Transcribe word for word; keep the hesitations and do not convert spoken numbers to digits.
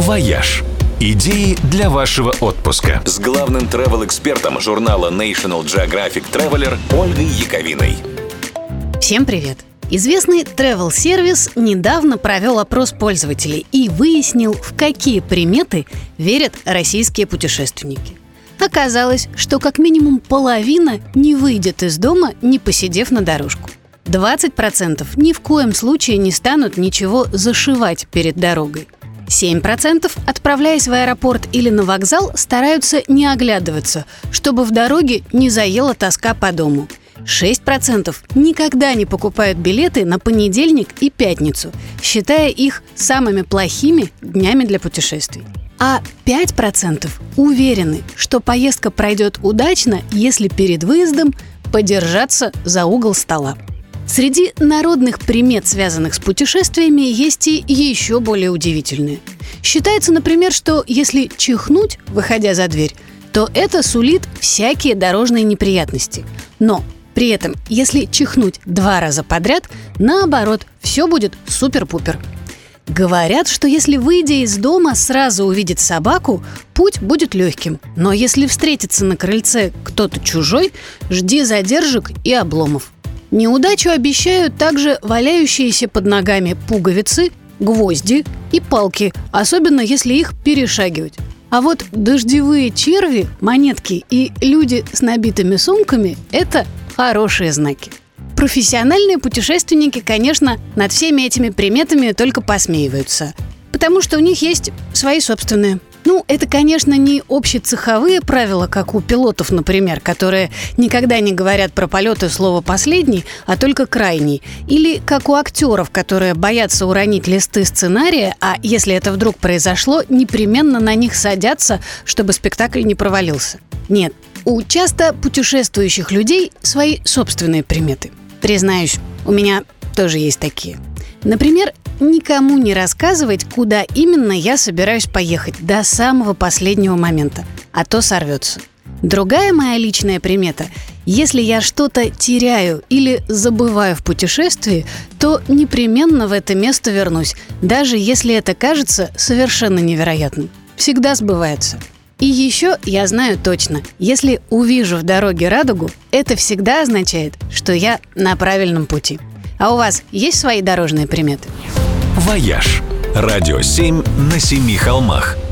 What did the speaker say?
«Вояж». Идеи для вашего отпуска. С главным travel-экспертом журнала National Geographic Traveler Ольгой Яковиной. Всем привет! Известный travel-сервис недавно провел опрос пользователей и выяснил, в какие приметы верят российские путешественники. Оказалось, что как минимум половина не выйдет из дома, не посидев на дорожку. двадцать процентов ни в коем случае не станут ничего зашивать перед дорогой. семь процентов, отправляясь в аэропорт или на вокзал, стараются не оглядываться, чтобы в дороге не заела тоска по дому. шесть процентов никогда не покупают билеты на понедельник и пятницу, считая их самыми плохими днями для путешествий. А пять процентов уверены, что поездка пройдет удачно, если перед выездом подержаться за угол стола. Среди народных примет, связанных с путешествиями, есть и еще более удивительные. Считается, например, что если чихнуть, выходя за дверь, то это сулит всякие дорожные неприятности. Но при этом, если чихнуть два раза подряд, наоборот, все будет супер-пупер. Говорят, что если, выйдя из дома, сразу увидеть собаку, путь будет легким. Но если встретится на крыльце кто-то чужой, жди задержек и обломов. Неудачу обещают также валяющиеся под ногами пуговицы, гвозди и палки, особенно если их перешагивать. А вот дождевые черви, монетки и люди с набитыми сумками – это хорошие знаки. Профессиональные путешественники, конечно, над всеми этими приметами только посмеиваются, потому что у них есть свои собственные. Ну, это, конечно, не общецеховые правила, как у пилотов, например, которые никогда не говорят про полеты слово «последний», а только «крайний». Или как у актеров, которые боятся уронить листы сценария, а если это вдруг произошло, непременно на них садятся, чтобы спектакль не провалился. Нет, у часто путешествующих людей свои собственные приметы. Признаюсь, у меня тоже есть такие. Например, никому не рассказывать, куда именно я собираюсь поехать до самого последнего момента, а то сорвется. Другая моя личная примета – если я что-то теряю или забываю в путешествии, то непременно в это место вернусь, даже если это кажется совершенно невероятным. Всегда сбывается. И еще я знаю точно, если увижу в дороге радугу, это всегда означает, что я на правильном пути. А у вас есть свои дорожные приметы? «Вояж». Радио семь на семи холмах.